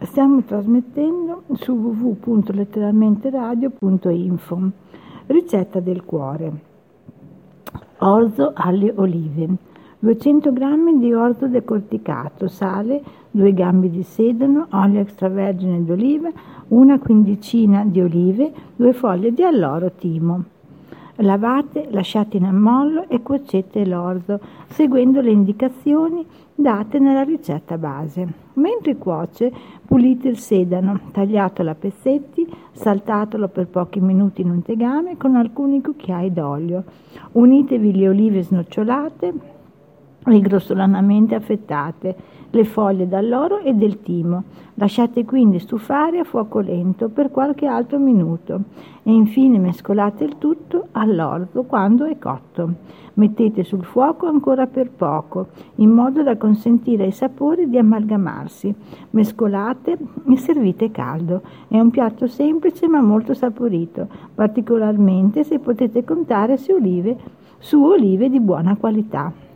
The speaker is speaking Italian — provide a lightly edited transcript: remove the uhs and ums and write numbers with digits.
Stiamo trasmettendo su www.letteralmenteradio.info. Ricetta del cuore. Orzo alle olive. 200 g di orzo decorticato, sale, 2 gambe di sedano, olio extravergine d'oliva, una quindicina di olive, 2 foglie di alloro timo. Lavate, lasciate in ammollo e cuocete l'orzo, seguendo le indicazioni date nella ricetta base. Mentre cuoce, pulite il sedano, tagliatelo a pezzetti, saltatelo per pochi minuti in un tegame con alcuni cucchiai d'olio. Unitevi le olive snocciolate e grossolanamente affettate, le foglie d'alloro e del timo. Lasciate quindi stufare a fuoco lento per qualche altro minuto e infine mescolate il tutto all'orzo quando è cotto. Mettete sul fuoco ancora per poco, in modo da consentire ai sapori di amalgamarsi. Mescolate e servite caldo. È un piatto semplice ma molto saporito, particolarmente se potete contare su olive di buona qualità.